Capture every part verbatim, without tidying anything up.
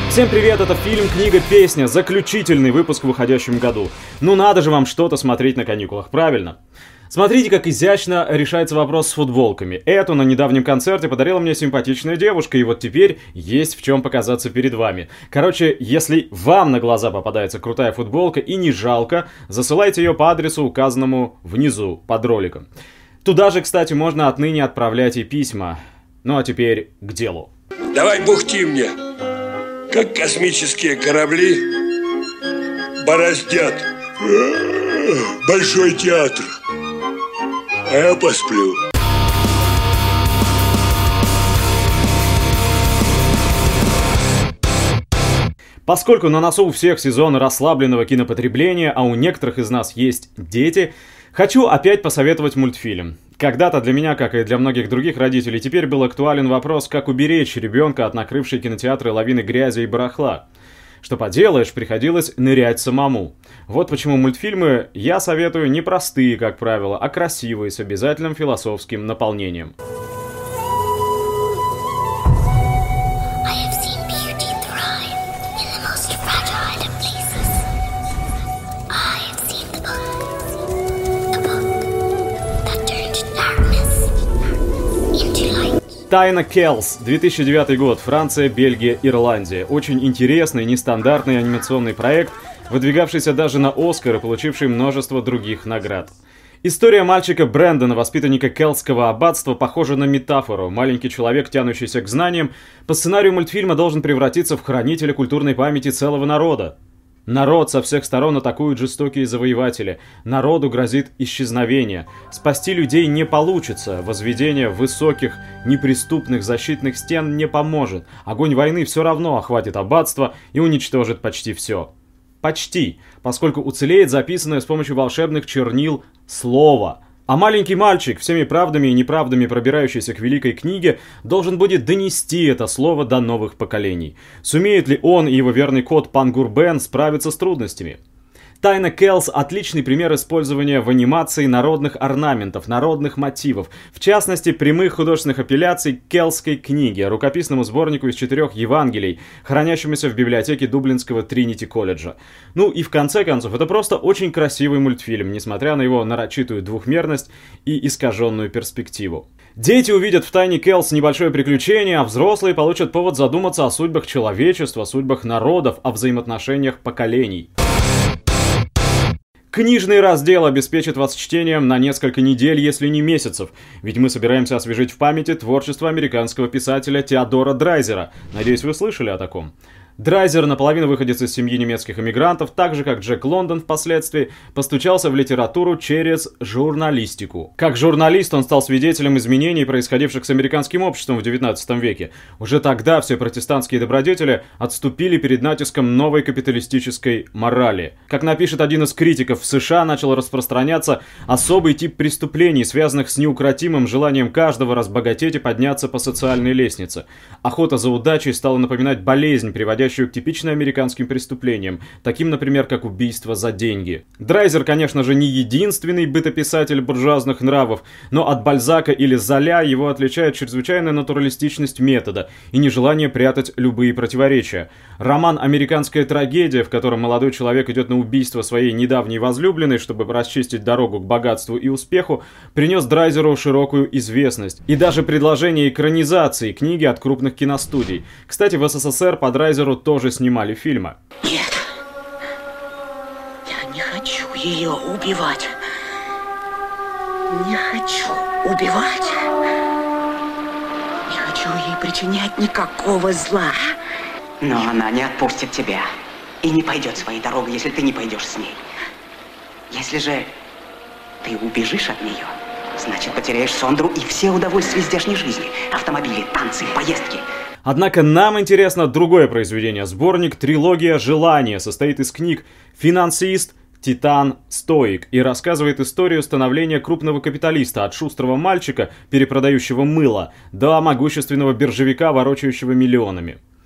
Всем привет, это фильм, книга, песня, заключительный выпуск в выходящем году. Ну надо же вам что-то смотреть на каникулах, правильно? Смотрите, как изящно решается вопрос с футболками. Эту на недавнем концерте подарила мне симпатичная девушка, и вот теперь есть в чем показаться перед вами. Короче, если вам на глаза попадается крутая футболка и не жалко, засылайте ее по адресу, указанному внизу под роликом. Туда же, кстати, можно отныне отправлять и письма. Ну а теперь к делу. Давай бухти мне, как космические корабли бороздят Большой театр. А я посплю. Поскольку на носу у всех сезон расслабленного кинопотребления, а у некоторых из нас есть дети, хочу опять посоветовать мультфильм. Когда-то для меня, как и для многих других родителей, теперь был актуален вопрос, как уберечь ребенка от накрывшей кинотеатры лавины грязи и барахла. Что поделаешь, приходилось нырять самому. Вот почему мультфильмы я советую не простые, как правило, а красивые, с обязательным философским наполнением. Тайна Келлс, две тысячи девятый год, Франция, Бельгия, Ирландия. Очень интересный, нестандартный анимационный проект, выдвигавшийся даже на Оскар и получивший множество других наград. История мальчика Брэндона, воспитанника Келлского аббатства, похожа на метафору. Маленький человек, тянущийся к знаниям, по сценарию мультфильма должен превратиться в хранителя культурной памяти целого народа. Народ со всех сторон атакуют жестокие завоеватели. Народу грозит исчезновение. Спасти людей не получится. Возведение высоких, неприступных защитных стен не поможет. Огонь войны все равно охватит аббатство и уничтожит почти все. Почти, поскольку уцелеет записанное с помощью волшебных чернил слово. А маленький мальчик, всеми правдами и неправдами пробирающийся к великой книге, должен будет донести это слово до новых поколений. Сумеет ли он и его верный кот Пангур Бен справиться с трудностями? Тайна Келлс – отличный пример использования в анимации народных орнаментов, народных мотивов, в частности, прямых художественных апелляций к Келлской книге, рукописному сборнику из четырех Евангелий, хранящемуся в библиотеке Дублинского Тринити колледжа. Ну и в конце концов, это просто очень красивый мультфильм, несмотря на его нарочитую двухмерность и искаженную перспективу. Дети увидят в Тайне Келлс небольшое приключение, а взрослые получат повод задуматься о судьбах человечества, о судьбах народов, о взаимоотношениях поколений. Книжный раздел обеспечит вас чтением на несколько недель, если не месяцев, ведь мы собираемся освежить в памяти творчество американского писателя Теодора Драйзера. Надеюсь, вы слышали о таком. Драйзер, наполовину выходец из семьи немецких эмигрантов, так же как Джек Лондон впоследствии, постучался в литературу через журналистику. Как журналист он стал свидетелем изменений, происходивших с американским обществом в девятнадцатом веке. Уже тогда все протестантские добродетели отступили перед натиском новой капиталистической морали. Как напишет один из критиков, в США начал распространяться особый тип преступлений, связанных с неукротимым желанием каждого разбогатеть и подняться по социальной лестнице. Охота за удачей стала напоминать болезнь, приводящую к типично американским преступлениям, таким, например, как убийство за деньги. Драйзер, конечно же, не единственный бытописатель буржуазных нравов, но от Бальзака или Золя его отличает чрезвычайная натуралистичность метода и нежелание прятать любые противоречия. Роман «Американская трагедия», в котором молодой человек идет на убийство своей недавней возлюбленной, чтобы расчистить дорогу к богатству и успеху, принес Драйзеру широкую известность. И даже предложение экранизации книги от крупных киностудий. Кстати, в СССР по Драйзеру тоже снимали фильмы. Нет, я не хочу ее убивать. Не хочу убивать. Не хочу ей причинять никакого зла. Но она не отпустит тебя и не пойдет своей дорогой, если ты не пойдешь с ней. Если же ты убежишь от нее, значит, потеряешь Сондру и все удовольствия здешней жизни. Автомобили, танцы, поездки. Однако нам интересно другое произведение. Сборник «Трилогия желания» состоит из книг «Финансист», «Титан», «Стоик» и рассказывает историю становления крупного капиталиста от шустрого мальчика, перепродающего мыло, до могущественного биржевика, ворочающего миллионами.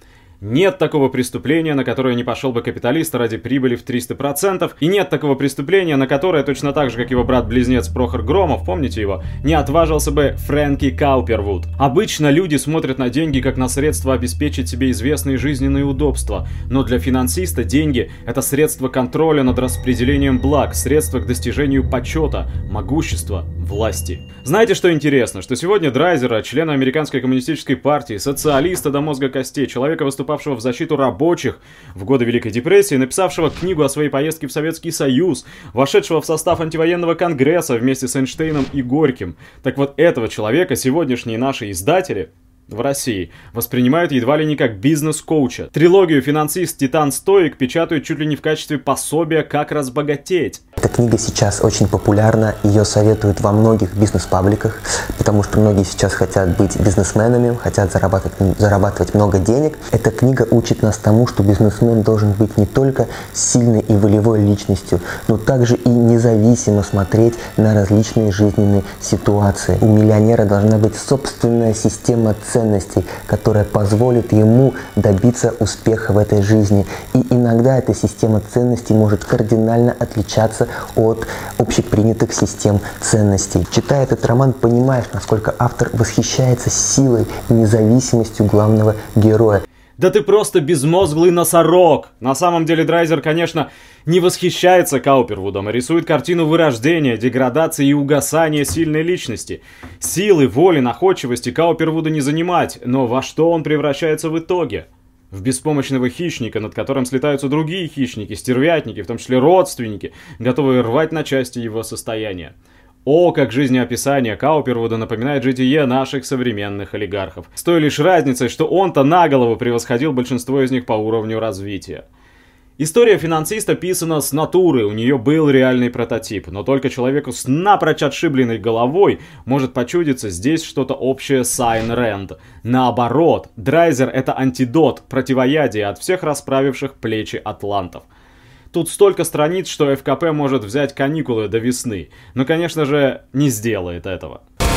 Нет такого преступления, на которое не пошел бы капиталист ради прибыли в триста процентов, и нет такого преступления, на которое, точно так же, как его брат-близнец Прохор Громов, помните его, не отважился бы Фрэнки Каупервуд. Обычно люди смотрят на деньги как на средство обеспечить себе известные жизненные удобства, но для финансиста деньги – это средство контроля над распределением благ, средство к достижению почета, могущества, власти. Знаете, что интересно? Что сегодня Драйзера, члена Американской коммунистической партии, социалиста до мозга костей, человека, выступавшего в защиту рабочих в годы Великой депрессии, написавшего книгу о своей поездке в Советский Союз, вошедшего в состав антивоенного конгресса вместе с Эйнштейном и Горьким. Так вот, этого человека сегодняшние наши издатели в России воспринимают едва ли не как бизнес-коуча. Трилогию «Финансист, Титан, Стоик» печатают чуть ли не в качестве пособия «Как разбогатеть». Эта книга сейчас очень популярна, ее советуют во многих бизнес-пабликах, потому что многие сейчас хотят быть бизнесменами, хотят зарабатывать, зарабатывать много денег. Эта книга учит нас тому, что бизнесмен должен быть не только сильной и волевой личностью, но также и независимо смотреть на различные жизненные ситуации. У миллионера должна быть собственная система ценностей, которая позволит ему добиться успеха в этой жизни. И иногда эта система ценностей может кардинально отличаться от общепринятых систем ценностей. Читая этот роман, понимаешь, насколько автор восхищается силой и независимостью главного героя. Да ты просто безмозглый носорог! На самом деле Драйзер, конечно, не восхищается Каупервудом, а рисует картину вырождения, деградации и угасания сильной личности. Силы, воли, находчивости Каупервуду не занимать, но во что он превращается в итоге? В беспомощного хищника, над которым слетаются другие хищники, стервятники, в том числе родственники, готовые рвать на части его состояние. О, как жизнеописание Каупервуда напоминает житие наших современных олигархов. С той лишь разницей, что он-то на голову превосходил большинство из них по уровню развития. История финансиста писана с натуры, у нее был реальный прототип, но только человеку с напрочь отшибленной головой может почудиться здесь что-то общее с Айн Рэнд. Наоборот, Драйзер — это антидот, противоядие от всех расправивших плечи атлантов. Тут столько страниц, что эф ка пэ может взять каникулы до весны, но, конечно же, не сделает этого.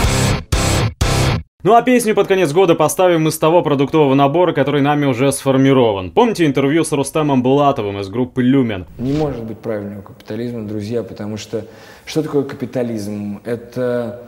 Ну а песню под конец года поставим из того продуктового набора, который нами уже сформирован. Помните интервью с Рустемом Булатовым из группы «Люмен»? Не может быть правильного капитализма, друзья, потому что что такое капитализм? Это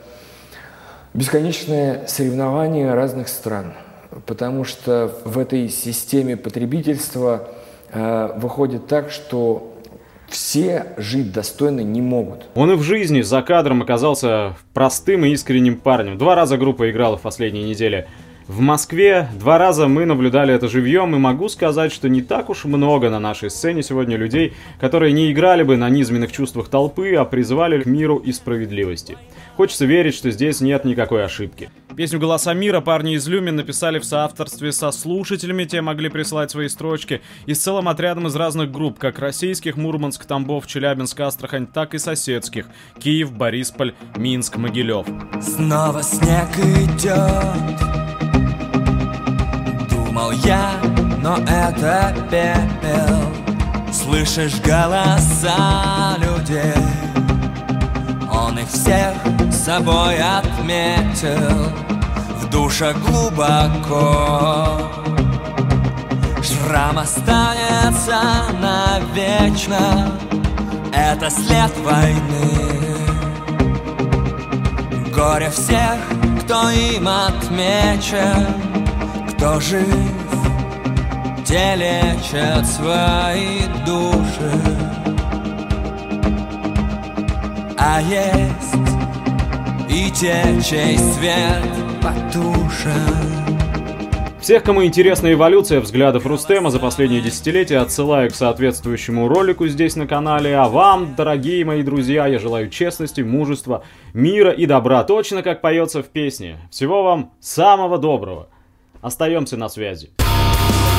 бесконечное соревнование разных стран, потому что в этой системе потребительства э, выходит так, что все жить достойно не могут. Он и в жизни за кадром оказался простым и искренним парнем. Два раза группа играла в последние недели в Москве, два раза мы наблюдали это живьем, и могу сказать, что не так уж много на нашей сцене сегодня людей, которые не играли бы на низменных чувствах толпы, а призывали к миру и справедливости. Хочется верить, что здесь нет никакой ошибки. Песню «Голоса мира» парни из «Люмен» написали в соавторстве со слушателями, те могли присылать свои строчки, и с целым отрядом из разных групп, как российских, Мурманск, Тамбов, Челябинск, Астрахань, так и соседских, Киев, Борисполь, Минск, Могилев. Снова снег идет, думал я, но это пепел. Слышишь голоса людей, он их всех собой отметил. В душе глубоко шрам останется навечно. Это след войны. Горе всех, кто им отмечен, кто жив, те лечат свои души. А есть и те, чей свет потушен. Всех, кому интересна эволюция взглядов Рустема за последние десятилетия, отсылаю к соответствующему ролику здесь на канале. А вам, дорогие мои друзья, я желаю честности, мужества, мира и добра, точно как поется в песне. Всего вам самого доброго. Остаемся на связи.